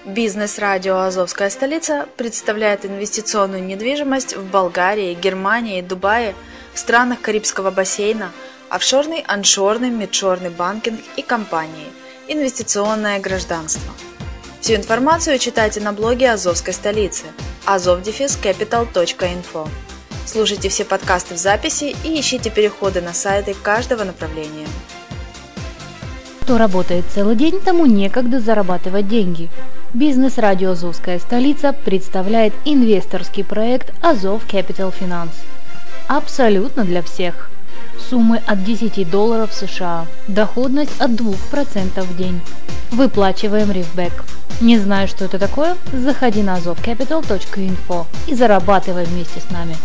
Бизнес-радио «Азовская столица» представляет инвестиционную недвижимость в Болгарии, Германии, Дубае, в странах Карибского бассейна, офшорный, аншорный, мидшорный банкинг и компании, инвестиционное гражданство. Всю информацию читайте на блоге «Азовской столицы» azov-capital.info. Слушайте все подкасты в записи и ищите переходы на сайты каждого направления. Кто работает целый день, тому некогда зарабатывать деньги. Бизнес-радио «Азовская столица» представляет инвесторский проект Azov Capital Finance. Абсолютно для всех. Суммы от $10 США. Доходность от 2% в день. Выплачиваем рифбэк. Не знаешь, что это такое? Заходи на azov-capital.info и зарабатывай вместе с нами.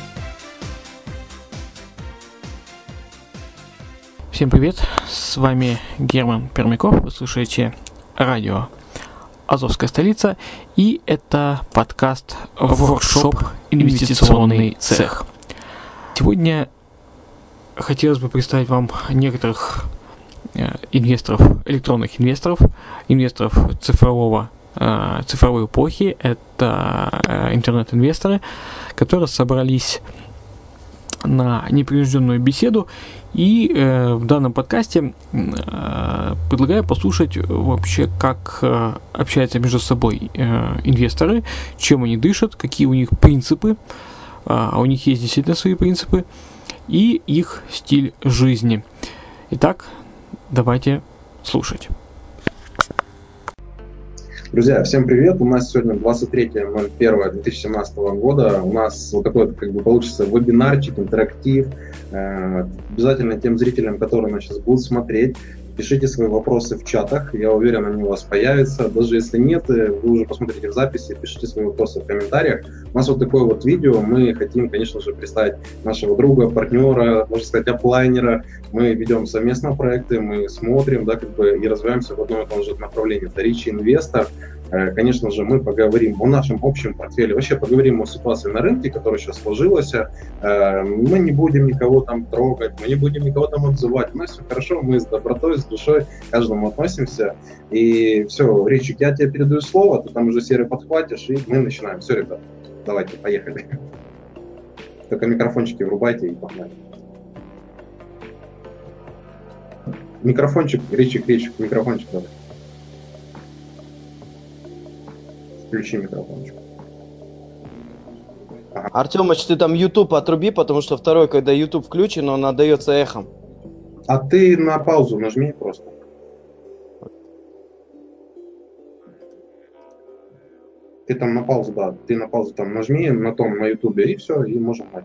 Всем привет, с вами Герман Пермяков, вы слушаете радио «Азовская столица», и это подкаст «Воркшоп. Инвестиционный цех». Сегодня хотелось бы представить вам некоторых инвесторов, электронных инвесторов, инвесторов цифровой эпохи, это интернет-инвесторы, которые собрались на непринужденную беседу, и в данном подкасте предлагаю послушать вообще, как общаются между собой инвесторы, чем они дышат, какие у них принципы, а у них есть действительно свои принципы, и их стиль жизни. Итак, давайте слушать. Друзья, всем привет! У нас сегодня 23.01.2017 года. У нас вот такой получится вебинарчик, интерактив. Обязательно тем зрителям, которые нас сейчас будут смотреть, пишите свои вопросы в чатах. Я уверен, они у вас появятся. Даже если нет, вы уже посмотрите в записи, пишите свои вопросы в комментариях. У нас вот такое вот видео. Мы хотим, конечно же, представить нашего друга, партнера, можно сказать, офлайнера. Мы ведем совместно проекты, мы смотрим, и развиваемся в одном и том же направлении. Это Rich Investor. Конечно же, мы поговорим о нашем общем портфеле, вообще поговорим о ситуации на рынке, которая сейчас сложилась. Мы не будем никого там трогать, мы не будем никого там отзывать. У нас все хорошо, мы с добротой, с душой к каждому относимся. И все, Ричик, я тебе передаю слово, ты там уже серый подхватишь, и мы начинаем. Все, ребят, давайте, поехали. Только микрофончики врубайте и погнали. Микрофончик, Ричик, микрофончик давай. Включи микрофончик. Ага. Артемыч, ты там YouTube отруби, потому что второй, когда YouTube включен, он отдается эхом. А ты на паузу нажми просто. Ты там на паузу, да, ты на паузу там нажми, на YouTube, и все, и можем брать.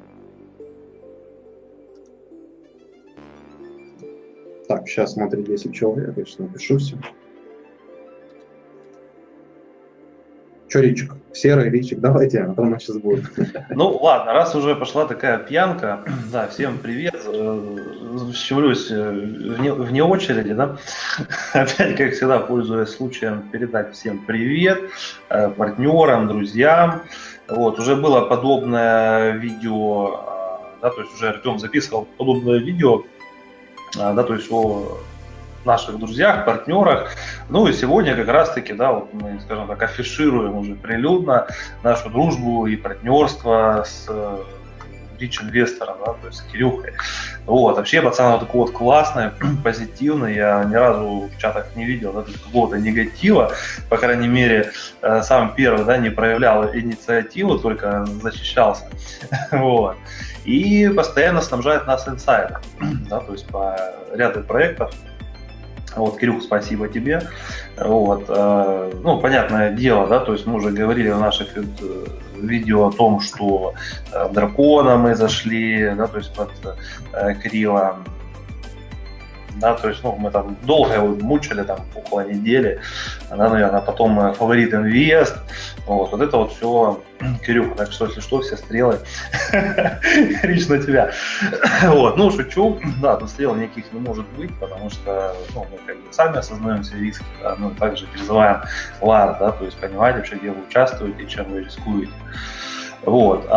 Так, сейчас смотри, 10 человек, я сейчас напишу все. Че, Ричик? Серый Ричик, давайте, а то у нас сейчас будет. Ну ладно, раз уже пошла такая пьянка, да, всем привет, щемлюсь вне очереди, да, опять, как всегда, пользуясь случаем, передать всем привет, партнерам, друзьям, вот, уже было подобное видео, да, то есть уже Артем записывал подобное видео, да, то есть о наших друзьях, партнерах. Ну и сегодня как раз-таки, да, вот мы, скажем так, афишируем уже прилюдно нашу дружбу и партнерство с Rich Investor, да, то есть с Кирюхой. Вот, вообще пацан вот такой вот классный, позитивный, я ни разу в чатах не видел, да, какого-то негатива, по крайней мере, сам первый, да, не проявлял инициативу, только защищался, вот. И постоянно снабжает нас инсайдом, да, то есть по ряду проектов. Вот, Кирюх, спасибо тебе. Вот, ну, понятное дело, да, то есть мы уже говорили в наших видео о том, что дракона мы зашли, да, то есть под Крила, да, то есть, ну, мы там долго его мучили, там, около недели, да, наверное, потом Фаворит Инвест, вот это вот все Кирюха, так что, если что, все стрелы Рич на тебя. Вот, ну, шучу, да, тут стрел никаких не может быть, потому что, ну, мы как бы сами осознаем все риски, да, ну, также призываем вас, да, то есть понимаете вообще, где вы участвуете и чем вы рискуете. Вот,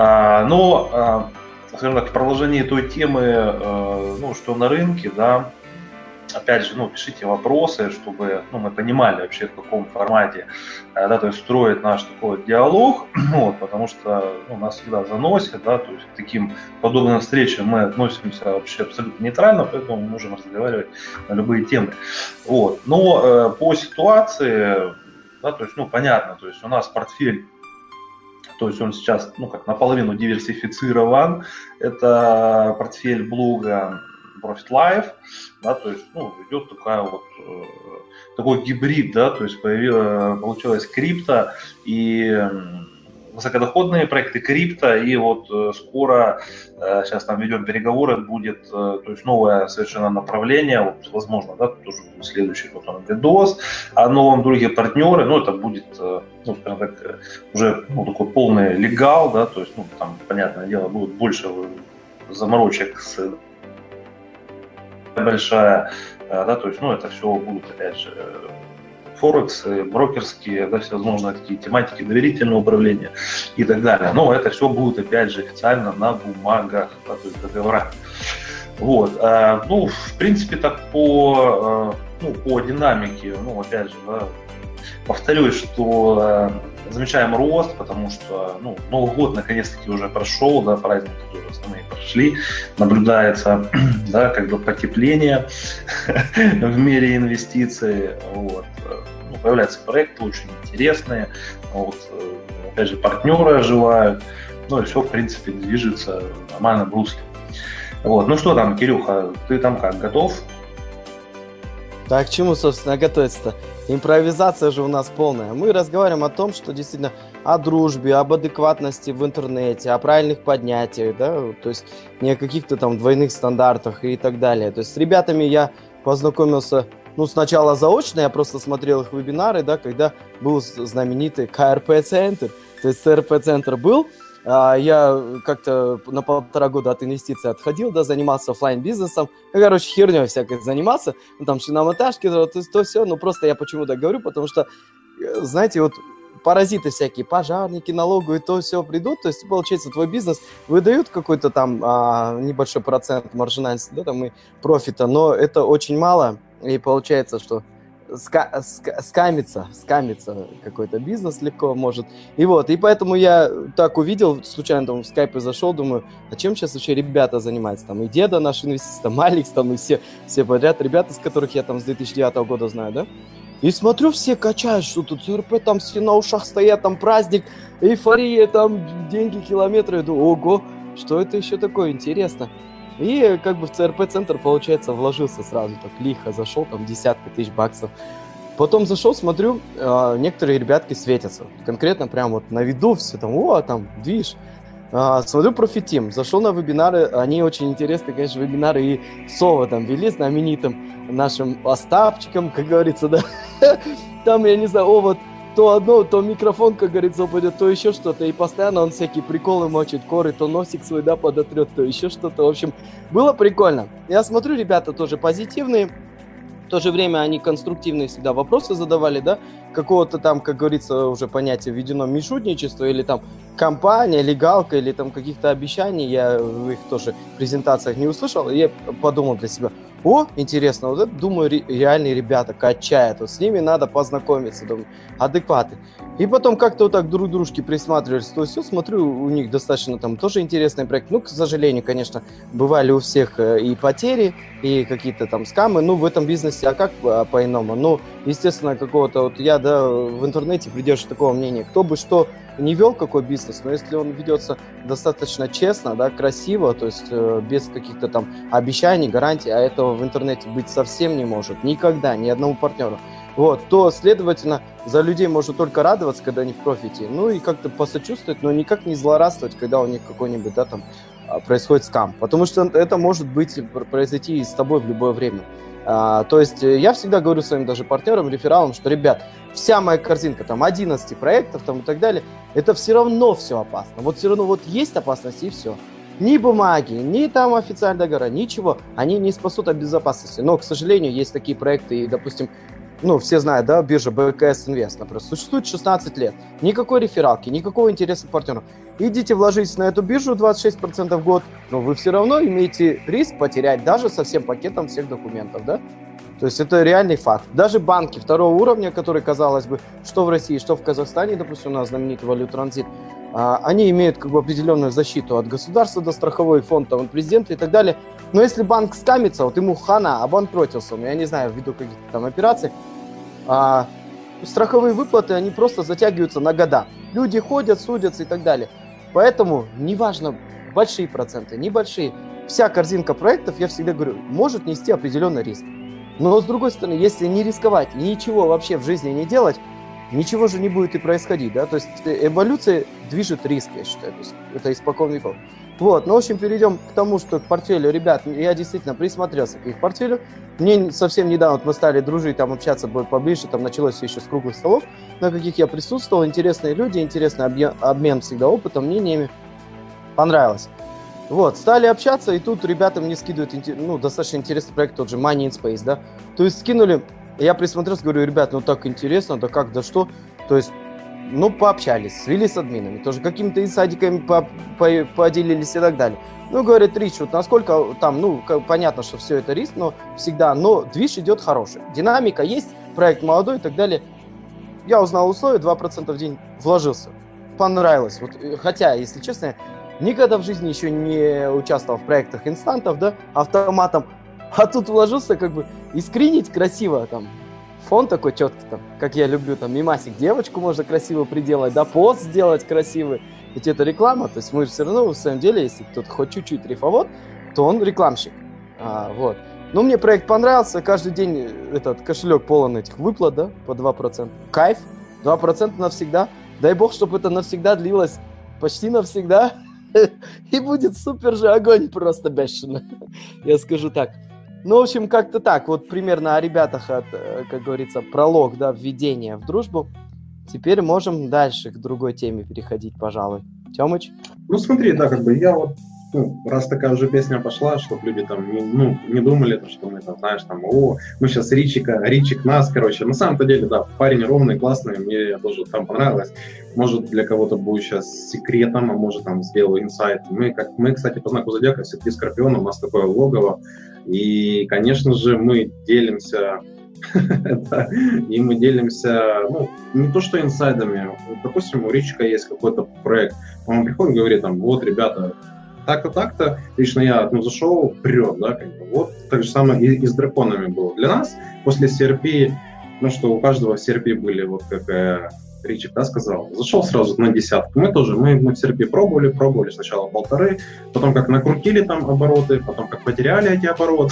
но, скажем так, в продолжении той темы, ну, что на рынке, да, опять же, пишите вопросы, чтобы мы понимали вообще, в каком формате, да, то есть строить наш такой диалог, потому что нас всегда заносит, да, то есть к таким подобным встречам мы относимся вообще абсолютно нейтрально, поэтому мы можем разговаривать на любые темы. Но по ситуации, да, то есть, понятно, то есть у нас портфель, то есть он сейчас, как наполовину диверсифицирован, это портфель блога Profit Life, да, то есть, идет такой гибрид, да, то есть получилась крипто и высокодоходные проекты крипто, и скоро, сейчас там ведем переговоры, будет, то есть новое совершенно направление, возможно, да, тоже будет следующий потом видос о новом друге партнеры, это будет, скажем так, уже такой полный легал, да, то есть, там, понятное дело, будет больше заморочек с большая, да, то есть, это все будут, опять же, форексы, брокерские, да, всевозможные такие тематики, доверительное управление и так далее. Но это все будет, опять же, официально на бумагах, да, то есть договорах. В принципе, так по динамике, опять же, да, повторюсь, что замечаем рост, потому что Новый год наконец-таки уже прошел, да, праздники тоже основные прошли, наблюдается, да, как бы потепление в мире инвестиций, появляются проекты очень интересные, опять же, партнеры оживают, и все, в принципе, движется в нормальном русле. Что там, Кирюха, ты там как, готов? Так, к чему, собственно, готовиться-то? Импровизация же у нас полная. Мы разговариваем о том, что действительно о дружбе, об адекватности в интернете, о правильных поднятиях, да, то есть не о каких-то там двойных стандартах и так далее. То есть с ребятами я познакомился, сначала заочно, я просто смотрел их вебинары, да, когда был знаменитый КРП-центр. То есть КРП-центр был, я как-то на 1,5 года от инвестиций отходил, да, занимался офлайн-бизнесом, херней всякой занимался, там шиномонтажки, то все, просто я почему так говорю, потому что, знаете, паразиты всякие, пожарники, налоговые, то все придут, то есть, получается, твой бизнес выдают какой-то там небольшой процент маржинальности, да, там и профита, но это очень мало, и получается, что скамиться какой-то бизнес легко может. И поэтому я так увидел, случайно там в скайпе зашел, думаю, а чем сейчас вообще ребята занимаются? Там и деда наш инвестиция, там Алекс, там и все подряд ребята, с которых я там с 2009 года знаю, да? И смотрю, все качают, что тут ЦРП, там все на ушах стоят, там праздник, эйфория, там деньги, километры. Я думаю, ого, что это еще такое, интересно. И как бы в ЦРП-центр, получается, вложился сразу, так лихо зашел, там десятки тысяч баксов. Потом зашел, смотрю, некоторые ребятки светятся. Конкретно прям на виду все там, там движ. Смотрю Profit Team, зашел на вебинары, они очень интересные, конечно, вебинары и Сова там вели знаменитым нашим Остапчиком, как говорится, да. Там, я не знаю, то одно, то микрофон, как говорится, упадет, то еще что-то. И постоянно он всякие приколы мочит, коры, то носик свой, да, подотрет, то еще что-то. В общем, было прикольно. Я смотрю, ребята тоже позитивные. В то же время они конструктивные всегда вопросы задавали, да, какого-то там, как говорится, уже понятие введено мишутничество или там компания, легалка или там каких-то обещаний, я в их тоже презентациях не услышал, и я подумал для себя, интересно, это, думаю, реальные ребята качают, с ними надо познакомиться, думаю, адекваты. И потом как-то так друг дружке присматривались, то все, смотрю, у них достаточно там тоже интересный проект. К сожалению, конечно, бывали у всех и потери, и какие-то там скамы, в этом бизнесе, а как по-иному? Естественно, какого-то, я, да, в интернете придерживаюсь такого мнения, кто бы что не вел какой бизнес, но если он ведется достаточно честно, да, красиво, то есть без каких-то там обещаний, гарантий, а этого в интернете быть совсем не может, никогда, ни одному партнеру, то, следовательно, за людей можно только радоваться, когда они в профите, и как-то посочувствовать, но никак не злорадствовать, когда у них какой-нибудь, да, там, происходит скам, потому что это может произойти и с тобой в любое время. То есть я всегда говорю своим даже партнерам, рефералам, что, ребят, вся моя корзинка, там, 11 проектов, там, и так далее, это все равно все опасно. Все равно есть опасность, и все. Ни бумаги, ни там официального договора, ничего, они не спасут от безопасности. Но, к сожалению, есть такие проекты, и, допустим, все знают, да, биржа БКС Инвест, например, существует 16 лет. Никакой рефералки, никакого интереса к партнеру. Идите, вложитесь на эту биржу 26% в год, но вы все равно имеете риск потерять даже со всем пакетом всех документов, да? То есть это реальный факт. Даже банки второго уровня, которые, казалось бы, что в России, что в Казахстане, допустим, у нас знаменитый валют-транзит, они имеют как бы определенную защиту от государства до страховой фонд, от президента и так далее. Но если банк скамится, вот ему хана, обанкротился, я не знаю, ввиду каких-то там операций, страховые выплаты, они просто затягиваются на года. Люди ходят, судятся и так далее. Поэтому, неважно, большие проценты, небольшие, вся корзинка проектов, я всегда говорю, может нести определенный риск. Но, с другой стороны, если не рисковать, ничего вообще в жизни не делать, ничего же не будет и происходить, да, то есть эволюция движет риск, я считаю, то есть это испокон веков. Вот, ну, в общем, перейдем к тому, что к портфелю, ребят, я действительно присмотрелся к их портфелю, мне совсем недавно вот мы стали дружить, там, общаться поближе, там, началось все еще с круглых столов, на каких я присутствовал, интересные люди, интересный обмен всегда опытом, мнениями, понравилось. Вот, стали общаться, и тут ребята мне скидывают, достаточно интересный проект, тот же Money in Space, да, то есть скинули. Я присмотрелся, говорю, ребят, так интересно, да как, да что. То есть, пообщались, свели с админами, тоже какими-то инсайдиками поделились и так далее. Говорит, Рич, вот насколько там, понятно, что все это риск, но движ идет хороший. Динамика есть, проект молодой и так далее. Я узнал условия, 2% в день вложился. Понравилось. Вот, хотя, если честно, никогда в жизни еще не участвовал в проектах инстантов, да, автоматом. А тут вложился как бы и скринить красиво, там, фон такой четкий, там, как я люблю, там, мимасик, девочку можно красиво приделать, да, пост сделать красивый, ведь это реклама, то есть мы же все равно, в своем деле, если кто-то хоть чуть-чуть рифовод, то он рекламщик, вот. Но мне проект понравился, каждый день этот кошелек полон этих выплат, да, по 2%, кайф, 2% навсегда, дай бог, чтобы это навсегда длилось, почти навсегда, и будет супер же огонь просто бешеный, я скажу так. В общем, как-то так. Вот примерно о ребятах, как говорится, пролог, да, введение в дружбу. Теперь можем дальше к другой теме переходить, пожалуй. Тёмыч? Смотри, да, как бы я вот, раз такая уже песня пошла, чтобы люди там не думали, что мы там, знаешь, там, мы сейчас Ричик нас, короче. На самом-то деле, да, парень ровный, классный, мне тоже там понравилось. Может, для кого-то будет сейчас секретом, а может, там, сделаю инсайт. Мы, кстати, по знаку зодиака, все-таки Скорпион, у нас такое логово. И, конечно же, мы делимся, и мы делимся, не то что инсайдами. Допустим, у Ричика есть какой-то проект, он приходит и говорит, там, вот, ребята, так-то, так-то, лично я зашел, прет, да, как бы, вот, так же самое и с драконами было. Для нас после CRP, что у каждого в CRP были, вот как Ричик, да, сказал, зашел сразу на десятку. Мы тоже, мы в CRP пробовали сначала 1,5, потом как накрутили там обороты, потом как потеряли эти обороты.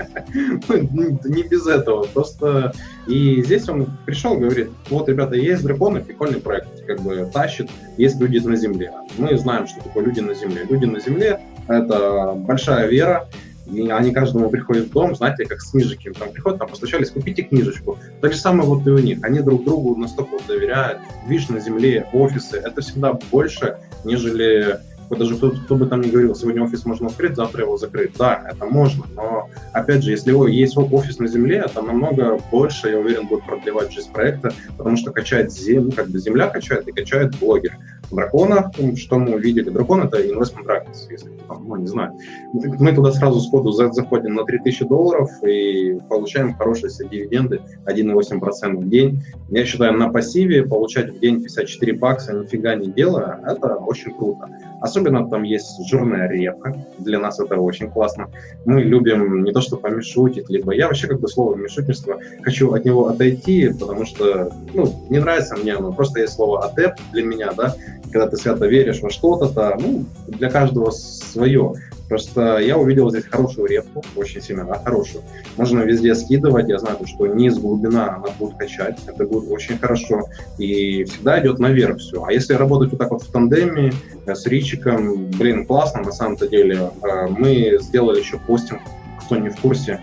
Не без этого, просто. И здесь он пришел, говорит, вот, ребята, есть драконы, прикольный проект, как бы тащит, есть люди на земле. Мы знаем, что такое люди на земле. Люди на земле — это большая вера. И они каждому приходят в дом, знаете, как с книжечками, там приходят, там постучались, купите книжечку. Так же самое вот и у них. Они друг другу настолько доверяют. Движ на земле, офисы, это всегда больше, нежели даже кто бы там ни говорил, сегодня офис можно открыть, завтра его закрыть. Да, это можно, но опять же, если есть офис на земле, это намного больше, я уверен, будет продлевать жизнь проекта, потому что качает земля качает и качает блогер. В драконах, что мы увидели, дракон — это investment practice, если кто не знаю. Мы туда сразу сходу заходим на $3000 и получаем хорошие дивиденды, 1,8% в день. Я считаю, на пассиве получать в день $54, нифига не делая, это очень круто. Особенно там есть жирная репка, для нас это очень классно. Мы любим не то что помешутить, либо я вообще слово мешутничество хочу от него отойти, потому что, не нравится мне оно, просто есть слово адепт для меня, да, когда ты свято веришь во что-то, для каждого свое. Просто я увидел здесь хорошую репку, очень сильно, да, хорошую. Можно везде скидывать, я знаю, что низ, глубина она будет качать, это будет очень хорошо. И всегда идет наверх все. А если работать вот так вот в тандеме с Ричиком, классно на самом-то деле. Мы сделали еще постинг, кто не в курсе.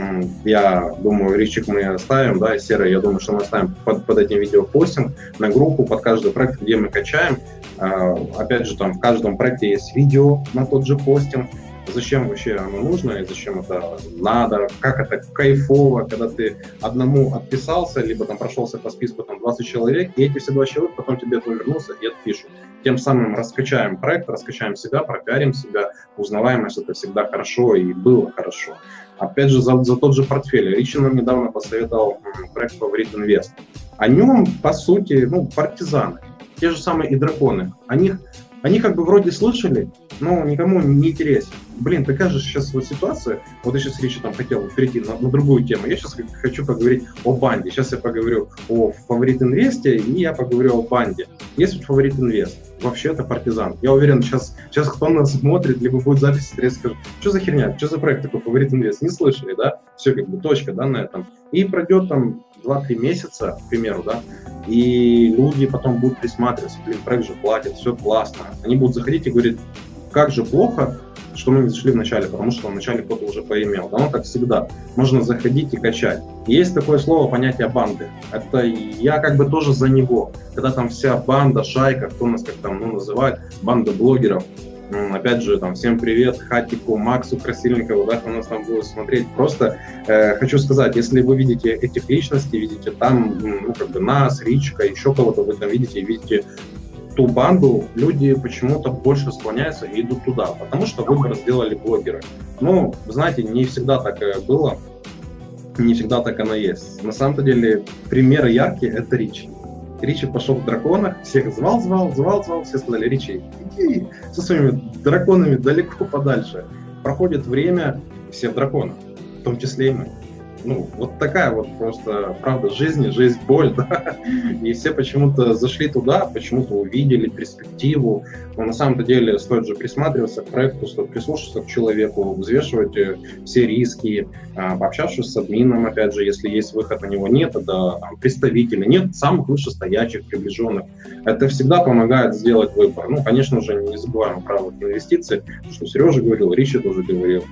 Я думаю, Ричик мы оставим, да, Серый, я думаю, что мы оставим под этим видео постинг на группу, под каждый проект, где мы качаем. Опять же, там в каждом проекте есть видео на тот же постинг. зачем вообще оно нужно и зачем это надо, как это кайфово, когда ты одному отписался, либо там прошелся по списку там 20 человек, и эти все 20 человек потом тебе вернутся и отпишут. Тем самым раскачаем проект, раскачаем себя, пропиарим себя, узнаваемость — это всегда хорошо и было хорошо. Опять же, за тот же портфель. Ричи нам недавно посоветовал проект Favorite Invest. О нем, по сути, партизаны, те же самые и драконы. Они как бы вроде слышали, но никому не интересен. Блин, такая же сейчас вот ситуация. Вот я сейчас Ричи там хотел перейти на другую тему. Я сейчас хочу поговорить о банде. Сейчас я поговорю о Favorite Invest, и я поговорю о банде. Есть вот Favorite Invest. Вообще это партизан. Я уверен, сейчас кто нас смотрит, либо будет запись смотреть, скажет, что за херня, что за проект такой Favorite Invest? Не слышали, да? Все, как бы точка, да, на этом. И пройдет там 2-3 месяца, к примеру, да, и люди потом будут присматриваться, блин, проект же платит, все классно. Они будут заходить и говорить, как же плохо, что мы не зашли в начале, потому что в начале кто-то уже поимел. Да, так всегда. Можно заходить и качать. Есть такое слово, понятие банды. Это я как бы тоже за него. Когда там вся банда, шайка, кто нас как там называет, банда блогеров. Опять же, там, всем привет, Хатику, Максу Красильникову, да, кто нас там будет смотреть. Просто хочу сказать, если вы видите этих личностей, видите там, как бы нас, Ричка, еще кого-то вы там видите, и видите ту банду, люди почему-то больше склоняются и идут туда, потому что выбор сделали блогеры. Ну, знаете, не всегда так было, не всегда так оно есть. На самом-то деле, примеры яркие — это Ричи. Ричи пошел в драконах, всех звал, все сказали, Ричи, иди со своими драконами далеко подальше. Проходит время, все в драконах, в том числе и мы. Ну, вот такая вот просто правда жизни, жизнь, боль, да, и все почему-то зашли туда, почему-то увидели перспективу, но на самом-то деле стоит же присматриваться к проекту, стоит прислушаться к человеку, взвешивать все риски, пообщавшись с админом, опять же, если есть выход, на него нет, это представители, нет самых вышестоящих, приближенных, это всегда помогает сделать выбор. Ну, конечно же, не забываем про инвестиции, что Сережа говорил, Ричи тоже говорил.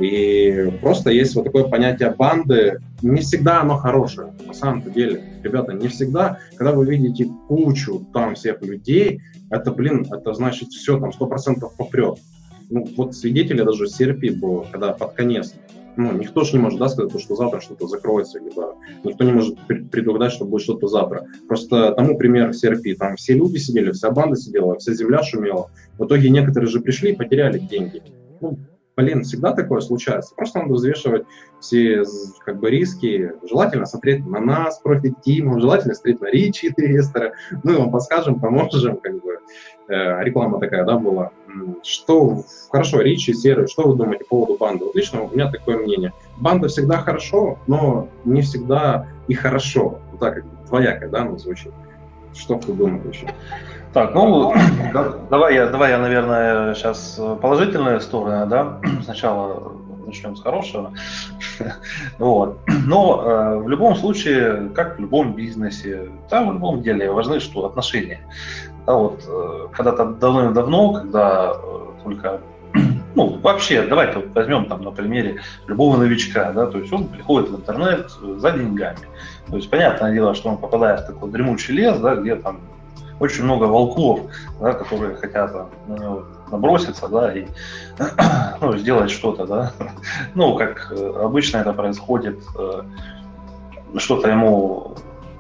И просто есть вот такое понятие банды. Не всегда оно хорошее, на самом-то деле. Ребята, не всегда, когда вы видите кучу там всех людей, это, это значит все, там 100% попрет. Ну, вот свидетели даже CRP было, когда под конец. Ну, никто же не может, да, сказать, что завтра что-то закроется, либо никто не может предугадать, что будет что-то завтра. Просто тому пример CRP. Там все люди сидели, вся банда сидела, вся земля шумела. В итоге некоторые же пришли и потеряли деньги. Ну, блин, всегда такое случается. Просто надо взвешивать все как бы риски. Желательно смотреть на нас, профит-тиму, желательно смотреть на Ричи, инвестора. Мы вам подскажем, поможем, как бы. Реклама такая, да, была. Что, хорошо, Ричи, Серый, что вы думаете по поводу банды? Вот лично у меня такое мнение. Банда всегда хорошо, но не всегда и хорошо. Вот так, как бы, двоякое, да, оно звучит. Что вы думаете еще? Так, ну, давай я, наверное, сейчас положительные стороны, да, сначала начнем с хорошего. Вот. Но в любом случае, как в любом бизнесе, там в любом деле важны что? Отношения. Да, вот, когда-то давным-давно, когда только, ну, вообще, давайте вот возьмем там на примере любого новичка, да, то есть он приходит в интернет за деньгами. То есть понятное дело, что он попадает в такой дремучий лес, да, где там очень много волков, да, которые хотят на него наброситься, да, и сделать что-то, да. Ну, как обычно это происходит, что-то ему,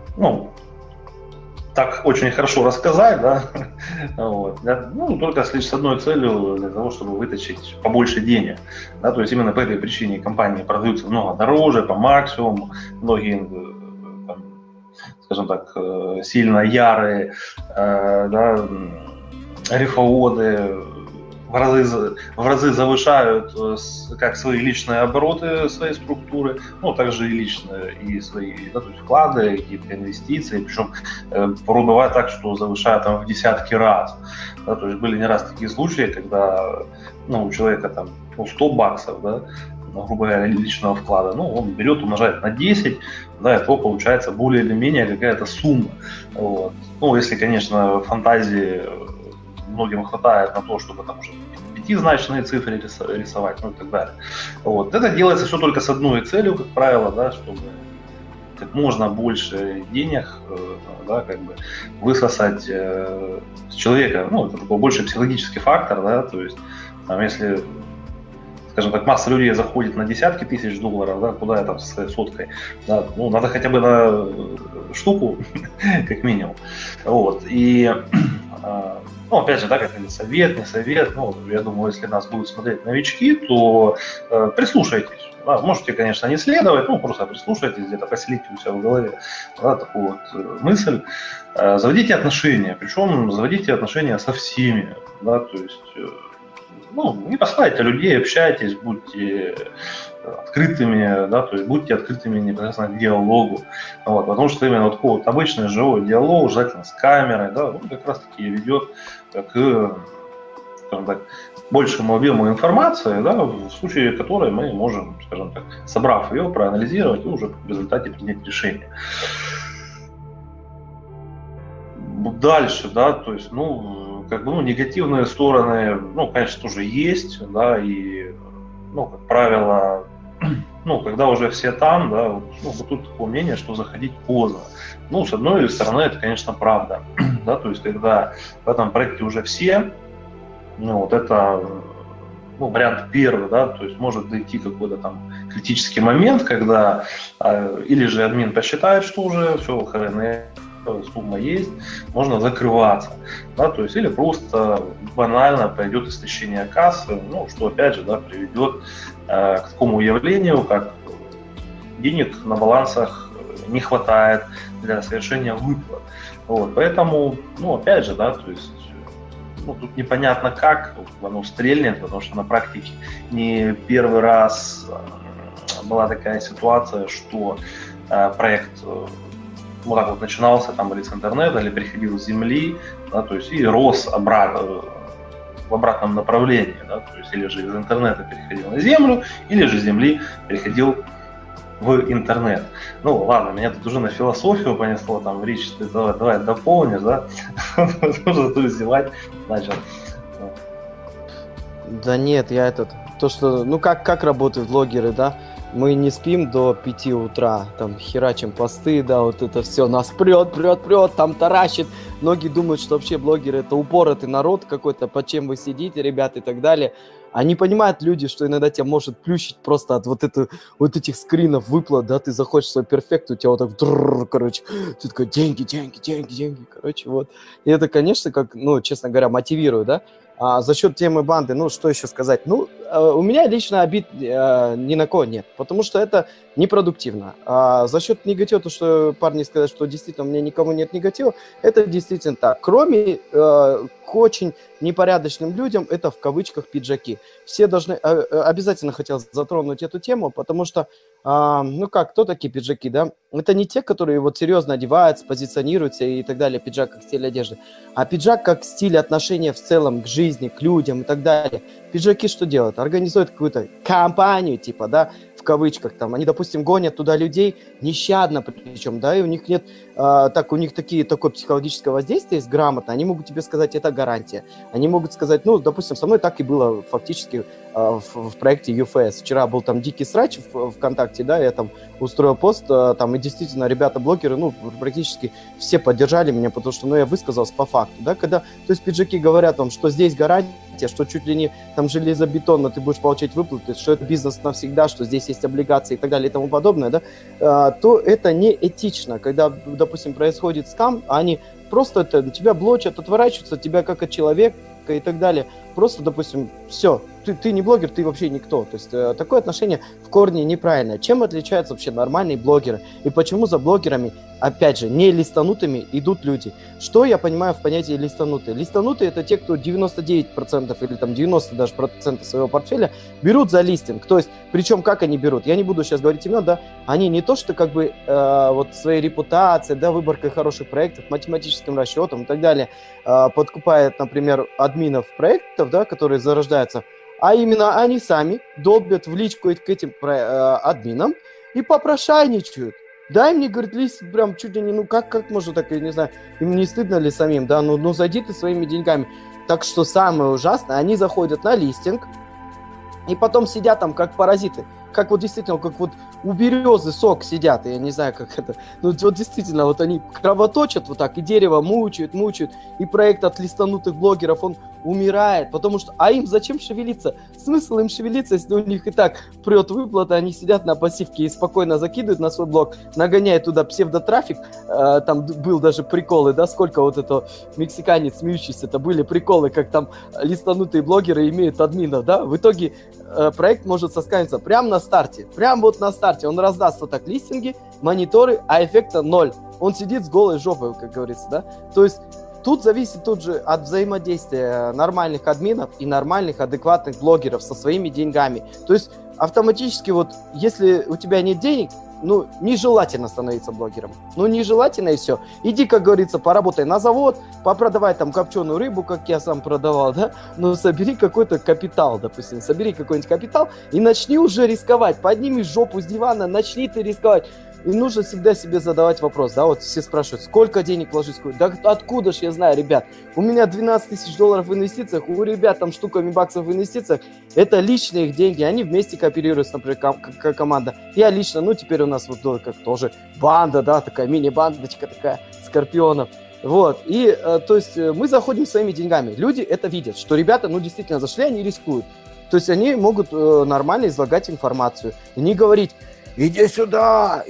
так очень хорошо рассказать, да, вот, только с одной целью, для того, чтобы вытащить побольше денег, да, то есть именно по этой причине компании продаются много дороже, по максимуму, многие, скажем так, сильно ярые, да, рифоводы в разы завышают как свои личные обороты своей структуры, также и личные, и свои, да, то есть вклады, какие-то инвестиции, причем порой бывает так, что завышают там в десятки раз. Да, то есть были не раз такие случаи, когда у человека там $100, да, грубо говоря, личного вклада, он берет, умножает на 10, да, и то получается более или менее какая-то сумма. Вот. Если, конечно, фантазии многим хватает на то, чтобы там уже пятизначные цифры рисовать, и так далее. Вот. Это делается все только с одной целью, как правило, да, чтобы как можно больше денег, да, как бы высосать с человека. Это такой больше психологический фактор, да, то есть там, если скажем так, масса людей заходит на десятки тысяч долларов, да, куда я там со своей соткой, да, ну, надо хотя бы на штуку, как минимум, вот, и, ну, опять же, да, как это совет, не совет, ну, я думаю, если нас будут смотреть новички, то прислушайтесь. Да, можете, конечно, не следовать, ну, просто прислушайтесь, где-то поселите у себя в голове, да, такую вот мысль. Заводите отношения, причем заводите отношения со всеми, да, то есть, ну, не посылайте людей, общайтесь, будьте открытыми, да, то есть будьте открытыми непосредственно к диалогу, вот, потому что именно вот такой вот обычный живой диалог, желательно с камерой, да, он как раз-таки ведет к, скажем так, большему объему информации, да, в случае которой мы можем, скажем так, собрав ее, проанализировать и уже в результате принять решение. Дальше, да, то есть, ну, как бы, ну, негативные стороны, ну, конечно, тоже есть, да, и, ну, как правило, ну, когда уже все там, да, вот, ну, вот тут такое мнение, что заходить поздно. Ну, с одной стороны, это, конечно, правда, да, то есть, когда в этом проекте уже все, ну, вот это, ну, вариант первый, да, то есть может дойти какой-то там критический момент, когда или же админ посчитает, что уже все, сумма есть, можно закрываться, да, то есть или просто банально пойдет истощение кассы, ну, что опять же, да, приведет к такому явлению, как денег на балансах не хватает для совершения выплат, вот, поэтому, ну, опять же, да, то есть, ну, тут непонятно как оно стрельнет, потому что на практике не первый раз была такая ситуация, что проект вот так вот начинался там или с интернета, или приходил с земли, да, то есть и рос в обратном направлении, да, то есть или же из интернета переходил на землю, или же с земли переходил в интернет. Ну ладно, меня тут уже на философию понесло, там, Рич, ты давай дополнишь, да, тоже тут зевать начал. Да нет, то, что, ну как работают блогеры, да, мы не спим до 5 утра, там херачим посты, да, вот это все, нас прет, там таращит, многие думают, что вообще блогеры это упоротый народ какой-то, под чем вы сидите, ребята, и так далее. А не понимают люди, что иногда тебя может плющить просто от вот этих скринов выплат, да, ты заходишь в свой перфект, у тебя вот так, короче, ты такой, деньги, короче, вот. И это, конечно, как, ну, честно говоря, мотивирует, да. А за счет темы банды, ну, что еще сказать? Ну, у меня лично обид ни на кого нет, потому что это непродуктивно. А за счет негатива, то, что парни сказали, что действительно у меня никому нет негатива, это действительно так. Кроме к очень непорядочным людям, это в кавычках пиджаки. Все должны, обязательно хотел затронуть эту тему, потому что, ну как, кто такие пиджаки, да? Это не те, которые вот серьезно одеваются, позиционируются и так далее, пиджак как стиль одежды, а пиджак как стиль отношения в целом к жизни, к людям и так далее. Пиджаки что делают? Организуют какую-то компанию, типа, да, в кавычках, там, они, допустим, гонят туда людей нещадно, причем, да, и у них нет, у них такое психологическое воздействие есть грамотно, они могут тебе сказать, это гарантия. Они могут сказать, ну, допустим, со мной так и было фактически в проекте UFS. Вчера был там дикий срач в ВКонтакте, да, я там устроил пост, там, и действительно, ребята-блогеры, ну, практически все поддержали меня, потому что, ну, я высказался по факту, да, когда, то есть, пиджаки говорят вам, что здесь гарантия, что чуть ли не там железобетонно ты будешь получать выплаты, что это бизнес навсегда, что здесь есть облигации и так далее и тому подобное, да, то это не этично, когда, допустим, происходит скам, а они просто тебя блочат, отворачиваются от тебя как от человека и так далее. Просто, допустим, все, ты не блогер, ты вообще никто. То есть такое отношение в корне неправильное. Чем отличаются вообще нормальные блогеры? И почему за блогерами, опять же, не листанутыми идут люди? Что я понимаю в понятии листанутые? Листанутые – это те, кто 99% или там 90% даже процентов своего портфеля берут за листинг. То есть, причем как они берут? Я не буду сейчас говорить имен, да? Они не то, что как бы вот своей репутацией, да, выборкой хороших проектов, математическим расчетом и так далее подкупают, например, админов проектов, да, которые зарождаются, а именно они сами долбят в личку к этим админам и попрошайничают. Дай мне, говорит, лист прям чуть ли не, ну как можно так, я не знаю, им не стыдно ли самим, да, ну зайди ты своими деньгами. Так что самое ужасное, они заходят на листинг и потом сидят там как паразиты. Как вот действительно, как вот у березы сок сидят, я не знаю, как это. Ну вот действительно, вот они кровоточат вот так, и дерево мучают, и проект от листанутых блогеров, он умирает, потому что, а им зачем шевелиться? Смысл им шевелиться, если у них и так прет выплата, они сидят на пассивке и спокойно закидывают на свой блог, нагоняют туда псевдотрафик, там был даже приколы, да, сколько вот это мексиканец смеющийся, это были приколы, как там листанутые блогеры имеют админов, да, в итоге проект может соскамиться прямо на старте, прямо вот на старте, он раздаст вот так листинги, мониторы, а эффекта 0, он сидит с голой жопой, как говорится, да, то есть тут зависит тут же от взаимодействия нормальных админов и нормальных, адекватных блогеров со своими деньгами. То есть автоматически вот, если у тебя нет денег, ну, нежелательно становиться блогером. Ну, нежелательно и все. Иди, как говорится, поработай на завод, попродавай там копченую рыбу, как я сам продавал, да, но собери какой-то капитал, допустим, собери какой-нибудь капитал и начни уже рисковать. Подними жопу с дивана, начни ты рисковать. И нужно всегда себе задавать вопрос, да, вот все спрашивают, сколько денег вложить, да откуда ж я знаю, ребят, у меня 12 тысяч долларов в инвестициях, у ребят там штуками баксов в инвестициях, это личные их деньги, они вместе кооперируются, например, как команда, я лично, ну, теперь у нас вот как тоже банда, да, такая мини-бандочка такая, скорпионов, вот, и, то есть, мы заходим своими деньгами, люди это видят, что ребята, ну, действительно зашли, они рискуют, то есть, они могут нормально излагать информацию, и не говорить, иди сюда,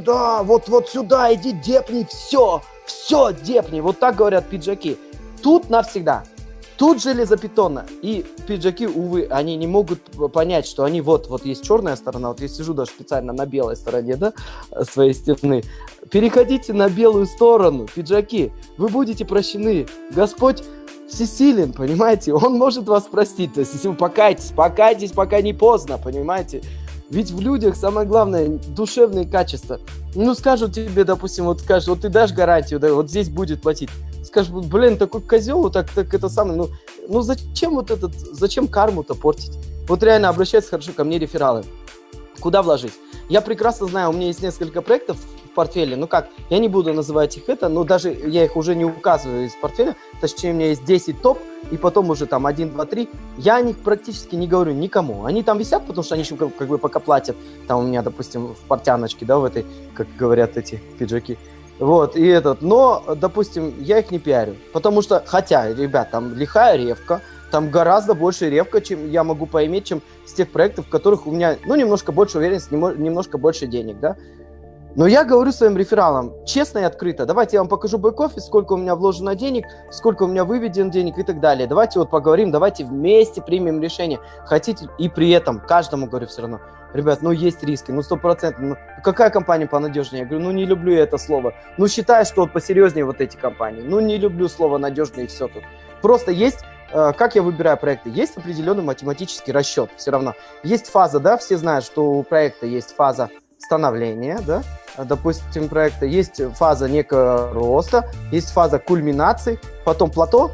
вот сюда, иди депни, все депни. Вот так говорят пиджаки. Тут навсегда, тут железобетонно. И пиджаки, увы, они не могут понять, что они вот есть черная сторона, вот я сижу даже специально на белой стороне, да, своей стены. Переходите на белую сторону, пиджаки, вы будете прощены. Господь всесилен, понимаете, Он может вас простить. То есть, если вы покайтесь, пока не поздно, понимаете. Ведь в людях самое главное душевные качества. Ну, скажут тебе, допустим, вот скажут, вот ты дашь гарантию, да, вот здесь будет платить. Скажут, блин, такой козел, вот так это самое, ну зачем вот зачем карму-то портить? Вот реально обращаются хорошо ко мне рефералы. Куда вложить? Я прекрасно знаю, у меня есть несколько проектов в портфеле, ну как, я не буду называть их но даже я их уже не указываю из портфеля, точнее у меня есть 10 топ, и потом уже там 1, 2, 3, я о них практически не говорю никому. Они там висят, потому что они еще как бы пока платят, там у меня, допустим, в портяночке, да, в этой, как говорят эти пиджаки. Вот, и но, допустим, я их не пиарю, потому что, хотя, ребят, там лихая ревка, там гораздо больше ревка, чем я могу поиметь, чем с тех проектов, в которых у меня, ну, немножко больше уверенности, немножко больше денег, да. Но я говорю своим рефералам честно и открыто. Давайте я вам покажу бэк-офис, сколько у меня вложено денег, сколько у меня выведено денег и так далее. Давайте вот поговорим, давайте вместе примем решение. Хотите, и при этом каждому говорю все равно. Ребят, ну есть риски, ну 100%. Ну какая компания понадежнее? Я говорю, ну не люблю я это слово. Ну считай, что вот посерьезнее вот эти компании. Ну не люблю слово надежные и все тут. Просто есть... Как я выбираю проекты? Есть определенный математический расчет все равно. Есть фаза, да, все знают, что у проекта есть фаза становления, да, допустим, проекта, есть фаза некого роста, есть фаза кульминации, потом плато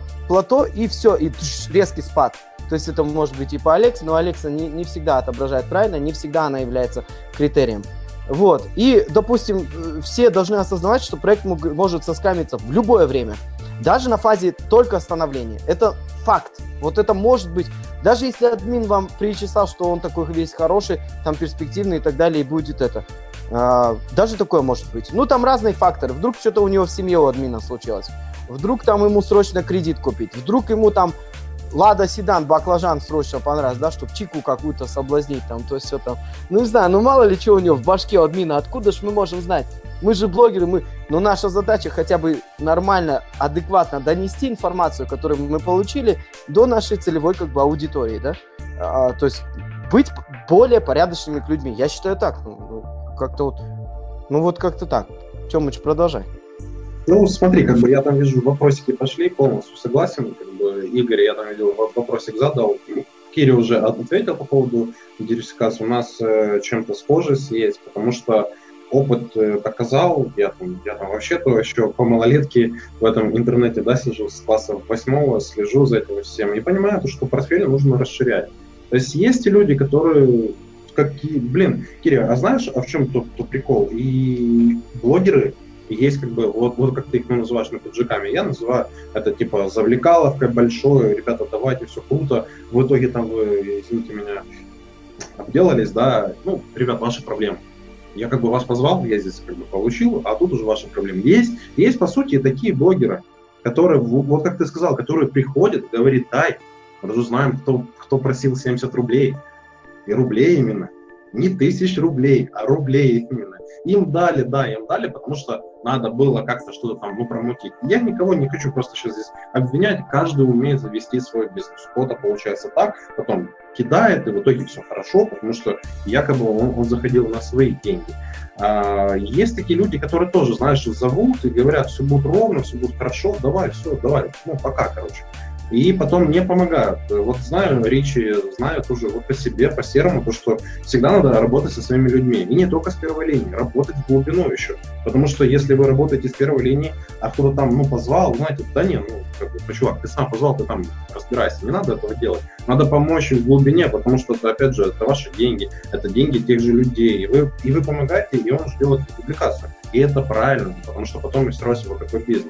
и все, и резкий спад. То есть это может быть и по Алексе, но Алекса не всегда отображает правильно, не всегда она является критерием. Вот, и, допустим, все должны осознавать, что проект может соскамиться в любое время, даже на фазе только становления. Это факт. Вот это может быть. Даже если админ вам причесал, что он такой весь хороший, там перспективный и так далее, и будет это. Даже такое может быть. Ну, там разные факторы. Вдруг что-то у него в семье у админа случилось. Вдруг там ему срочно кредит купить. Вдруг ему там Лада Седан, баклажан срочно понравился, да, чтобы чику какую-то соблазнить, там, то есть все там. Ну, не знаю, ну мало ли что у него в башке у админа, откуда ж мы можем знать? Мы же блогеры, но наша задача хотя бы нормально, адекватно донести информацию, которую мы получили, до нашей целевой как бы аудитории, да, то есть быть более порядочными людьми, я считаю так, как-то так. Тёмыч, продолжай. Ну, смотри, как бы я там вижу, вопросики пошли, полностью согласен, как бы Игорь, я там видел, вопросик задал, Кири уже ответил по поводу диверсификации, у нас чем-то схожесть есть, потому что опыт показал, я там вообще-то еще по малолетке в этом интернете, да, сижу с класса 8, слежу за этим всем и понимаю, что портфель нужно расширять. То есть есть и люди, которые, Кири, а знаешь, а в чем тут прикол? И блогеры есть как бы, вот как ты их называешь на пиджаками, я называю это типа завлекаловкой большой, ребята, давайте, все круто, в итоге там вы, извините меня, обделались, да, ну, ребят, ваши проблемы. Я как бы вас позвал, я здесь как бы получил, а тут уже ваши проблемы. Есть по сути такие блогеры, которые, вот как ты сказал, которые приходят, говорит, дай. Мы даже знаем, кто просил 70 рублей. И рублей именно. Не 1000 рублей, а рублей именно. Им дали, потому что надо было как-то что-то там, промутить. Я никого не хочу просто сейчас здесь обвинять. Каждый умеет завести свой бизнес. У кого-то получается так, потом кидает, и в итоге все хорошо, потому что якобы он заходил на свои деньги. Есть такие люди, которые тоже, знаешь, зовут и говорят, все будет ровно, все будет хорошо, давай, пока, короче. И потом не помогают. Вот знаю Ричи, знаю тоже вот по себе, по серому, то, что всегда надо работать со своими людьми. И не только с первой линии, работать в глубину еще. Потому что если вы работаете с первой линии, а кто-то там, позвал, знаете, да не, чувак, ты сам позвал, ты там разбирайся, не надо этого делать. Надо помочь в глубине, потому что, опять же, это ваши деньги, это деньги тех же людей. И вы помогаете, и он же делает публикацию. И это правильно, потому что потом строится вот такой бизнес.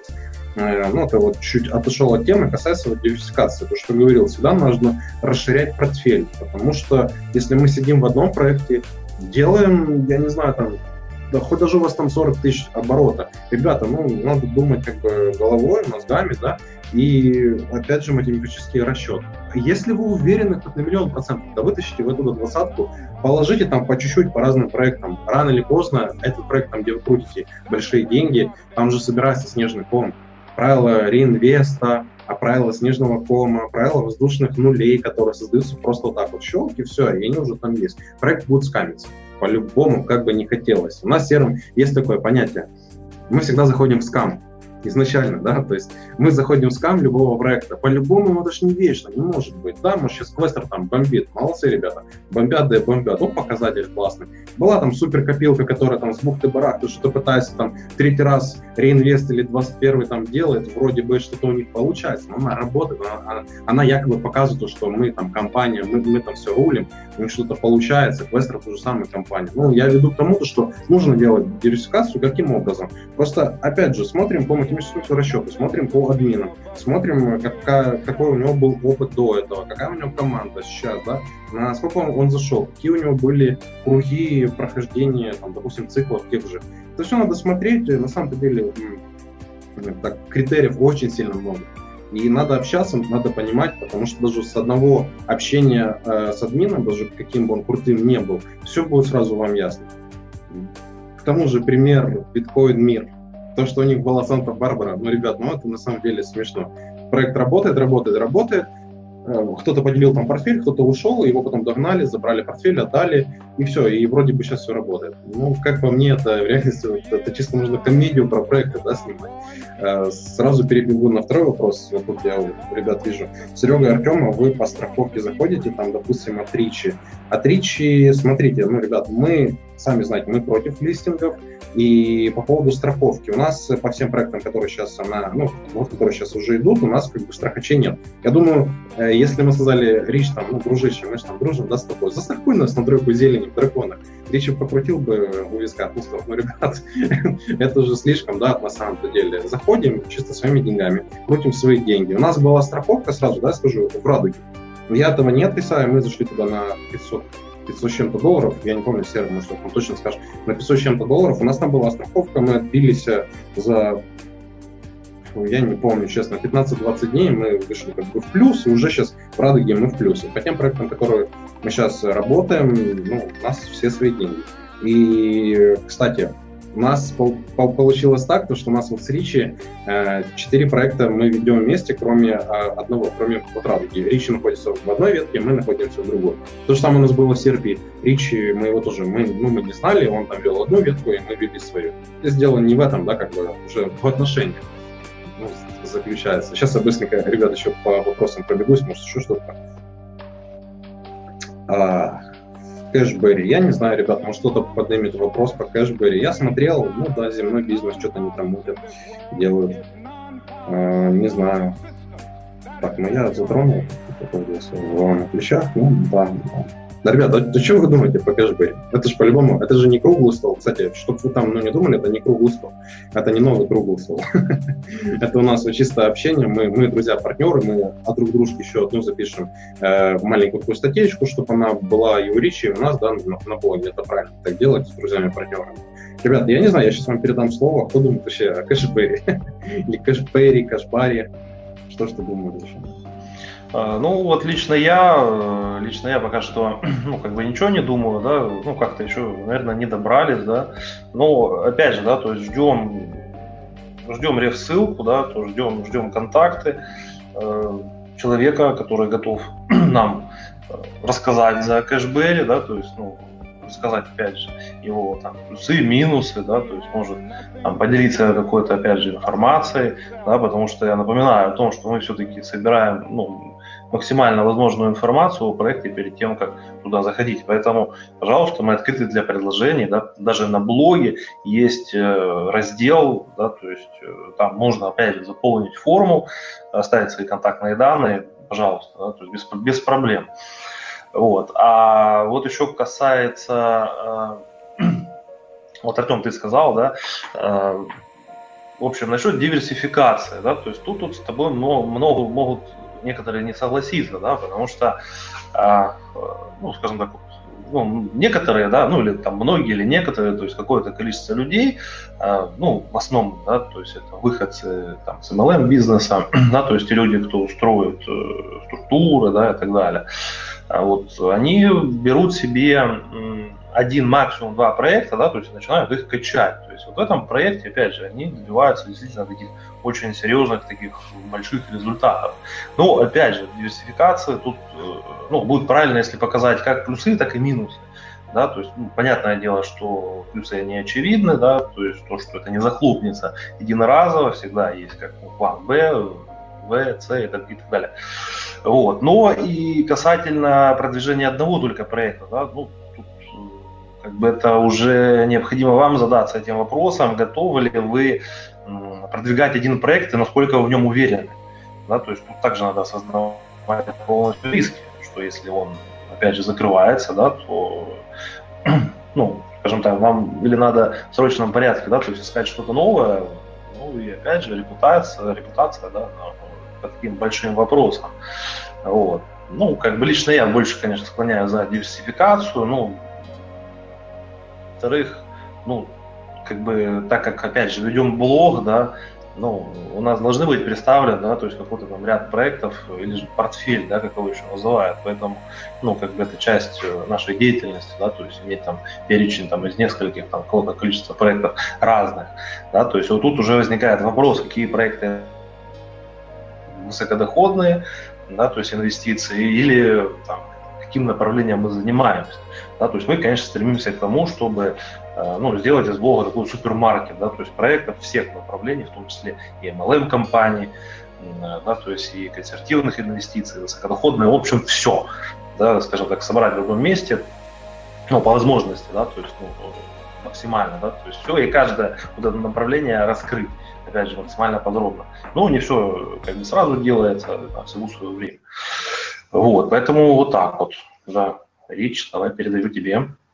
Это вот чуть отошел от темы, касается диверсификации. То, что говорил, всегда нужно расширять портфель, потому что если мы сидим в одном проекте, делаем, я не знаю, хоть даже у вас там 40 тысяч оборота, ребята, надо думать как бы головой, мозгами, да, и опять же математический расчет. Если вы уверены хоть на 1,000,000%, да вытащите в эту 20-ку, положите там по чуть-чуть по разным проектам. Рано или поздно этот проект, там, где вы крутите большие деньги, там же собирается снежный ком. Правила реинвеста, правила снежного кома, правила воздушных нулей, которые создаются просто вот так вот. Щелки, все, и они уже там есть. Проект будет скамиться. По-любому, как бы не хотелось. У нас серым есть такое понятие. Мы всегда заходим в скам. Изначально, да, то есть мы заходим в скам любого проекта. По-любому, это же не вечно, не может быть. Да, может сейчас Квестер там бомбит. Молодцы, ребята. Бомбят, да и бомбят. Показатель классный. Была там суперкопилка, которая там с бухты-барахты что-то пытается там 3-й раз реинвест или 21-й там делает. Вроде бы что-то у них получается, но она работает. Она якобы показывает, что мы там компания, мы там все рулим, у них что-то получается. Квестер то же самое компания. Я веду к тому, что нужно делать диверсификацию. Каким образом? Просто, опять же, смотрим по математическому расчету, смотрим по админам, смотрим, какой у него был опыт до этого, какая у него команда сейчас, да, насколько он зашел, какие у него были круги прохождения, там, допустим, циклов тех же. Это все надо смотреть, на самом деле критериев очень сильно много. И надо общаться, надо понимать, потому что даже с одного общения с админом, даже каким бы он крутым не был, все будет сразу вам ясно. К тому же пример Bitcoin Мир. То, что у них была Санта-Барбара, ребят, это на самом деле смешно. Проект работает. Кто-то поделил там портфель, кто-то ушел, его потом догнали, забрали портфель, отдали, и все, и вроде бы сейчас все работает. Как по мне, это в реальности, это чисто нужно комедию про проекты, да, снимать. Сразу перебегу на второй вопрос. Вот тут я, ребят, вижу. Серега и Артема, вы по страховке заходите, там, допустим, от Ричи. От Ричи, смотрите, ребят, мы, сами знаете, мы против листингов. И по поводу страховки, у нас по всем проектам, которые сейчас которые сейчас уже идут, у нас как бы страхачей нет. Я думаю, если мы сказали, Рич, там, дружище, мы же там дружим, да, с тобой, застрахуй нас на тройку зелени в драконах. Рич покрутил бы у виска, сказал, ребят, это уже слишком, да, на самом-то деле. Заходим чисто своими деньгами, крутим свои деньги. У нас была страховка сразу, да, скажу, в Радуге. Я этого не отрицаю, мы зашли туда на 500 с чем-то долларов, я не помню, Серый, может, он точно скажет, на 500 с чем-то долларов. У нас там была страховка, мы отбились за, я не помню, честно, 15-20 дней мы вышли как бы в плюс, и уже сейчас в Радуге мы в плюсе. По тем проектам, которые мы сейчас работаем, у нас все свои деньги. И, кстати, у нас получилось так, что у нас вот с Ричи 4 проекта мы ведем вместе, кроме одного, кроме вот Радуги. Ричи находится в одной ветке, мы находимся в другой. То же самое у нас было в Сербии. Ричи, мы его тоже, мы не знали, он там вел одну ветку, и мы вели свою. Здесь дело не в этом, да, как бы уже в отношениях заключается. Сейчас я быстренько, ребята, еще по вопросам пробегусь, может, еще что-то. Кэшбэри. Я не знаю, ребят, может кто-то поднимет вопрос по Кэшбэри. Я смотрел, да, земной бизнес, что-то они там мутят, делают. Не знаю. Так, я затронул на плечах, да. Да, ребята, да что вы думаете по Кэшбэри? Это же по-любому, это же не круглый стол. Кстати, чтобы вы там не думали, это не круглый стол. Это не новый круглый стол. Это у нас чисто общение. Мы друзья-партнеры, мы от друг дружки еще одну запишем маленькую такую статейку, чтобы она была и у Ричи, и у нас, да, на блоге. Это правильно так делать с друзьями-партнерами. Ребята, я не знаю, я сейчас вам передам слово. Кто думает вообще о кэшбэре? Или кэшбэре, кэшбаре? Что ж ты думаешь вообще? Ну, вот лично я пока что, ну, как бы ничего не думаю, да, ну, как-то еще, наверное, не добрались, да, но, опять же, да, то есть ждем реф-ссылку, да, то ждем контакты человека, который готов нам рассказать за кэшбэре, да, то есть, ну, рассказать, опять же, его там плюсы, минусы, да, то есть может там поделиться какой-то, опять же, информацией, да, потому что я напоминаю о том, что мы все-таки собираем, ну, максимально возможную информацию о проекте перед тем, как туда заходить. Поэтому, пожалуйста, мы открыты для предложений, да, даже на блоге есть раздел, да, то есть там можно, опять же, заполнить форму, оставить свои контактные данные, пожалуйста, да, то есть без проблем. Вот. А вот еще касается, вот Артем, ты сказал, да, в общем, насчет диверсификации, да, то есть тут с тобой много могут некоторые не согласиться, да, потому что, ну, скажем так, ну, некоторые, да, ну, или там многие, или некоторые, то есть какое-то количество людей, ну, в основном, да, то есть это выходцы там с MLM бизнеса, да, то есть те люди, кто строит структуры, да, и так далее. Вот они берут себе один, максимум два проекта, да, то есть начинают их качать. То есть вот в этом проекте, опять же, они добиваются действительно таких очень серьезных, таких больших результатов. Но, опять же, диверсификация тут, ну, будет правильно, если показать как плюсы, так и минусы. Да, то есть, ну, понятное дело, что плюсы они очевидны, да, то есть то, что это не захлопнется единоразово, всегда есть как план Б, В, С и так далее. Вот. Но и касательно продвижения одного только проекта, да, ну, тут как бы это уже необходимо вам задаться этим вопросом, готовы ли вы продвигать один проект и насколько вы в нем уверены. Да, то есть тут также надо осознавать полностью риски, что если он, опять же, закрывается, да, то, ну, скажем так, вам или надо в срочном порядке, да, то есть искать что-то новое, ну и опять же репутация, да, по таким большим вопросам. Вот. Ну, как бы лично я больше, конечно, склоняю за диверсификацию, ну, во-вторых, ну, как бы, так как, опять же, ведем блог, да, ну, у нас должны быть представлены, да, то есть какой-то там ряд проектов или же портфель, да, как его еще называют, поэтому, ну, как бы это часть нашей деятельности, да, то есть иметь там перечень там из нескольких там какого-то количества проектов разных, да, то есть вот тут уже возникает вопрос, какие проекты высокодоходные, да, то есть инвестиции, или там, каким направлением мы занимаемся. Да, то есть мы, конечно, стремимся к тому, чтобы, ну, сделать из блога такой супермаркет, да, то есть проектов всех направлений, в том числе и MLM-компаний, да, то есть и консервативных инвестиций, высокодоходные, в общем, все, да, скажем так, собрать в одном месте, ну, по возможности, да, то есть, ну, максимально, да, то есть все, и каждое вот это направление раскрыть, опять же, максимально подробно. Но не все как бы сразу делается, всему свое время. Вот, поэтому вот так вот, да. Рич, давай передаю тебе.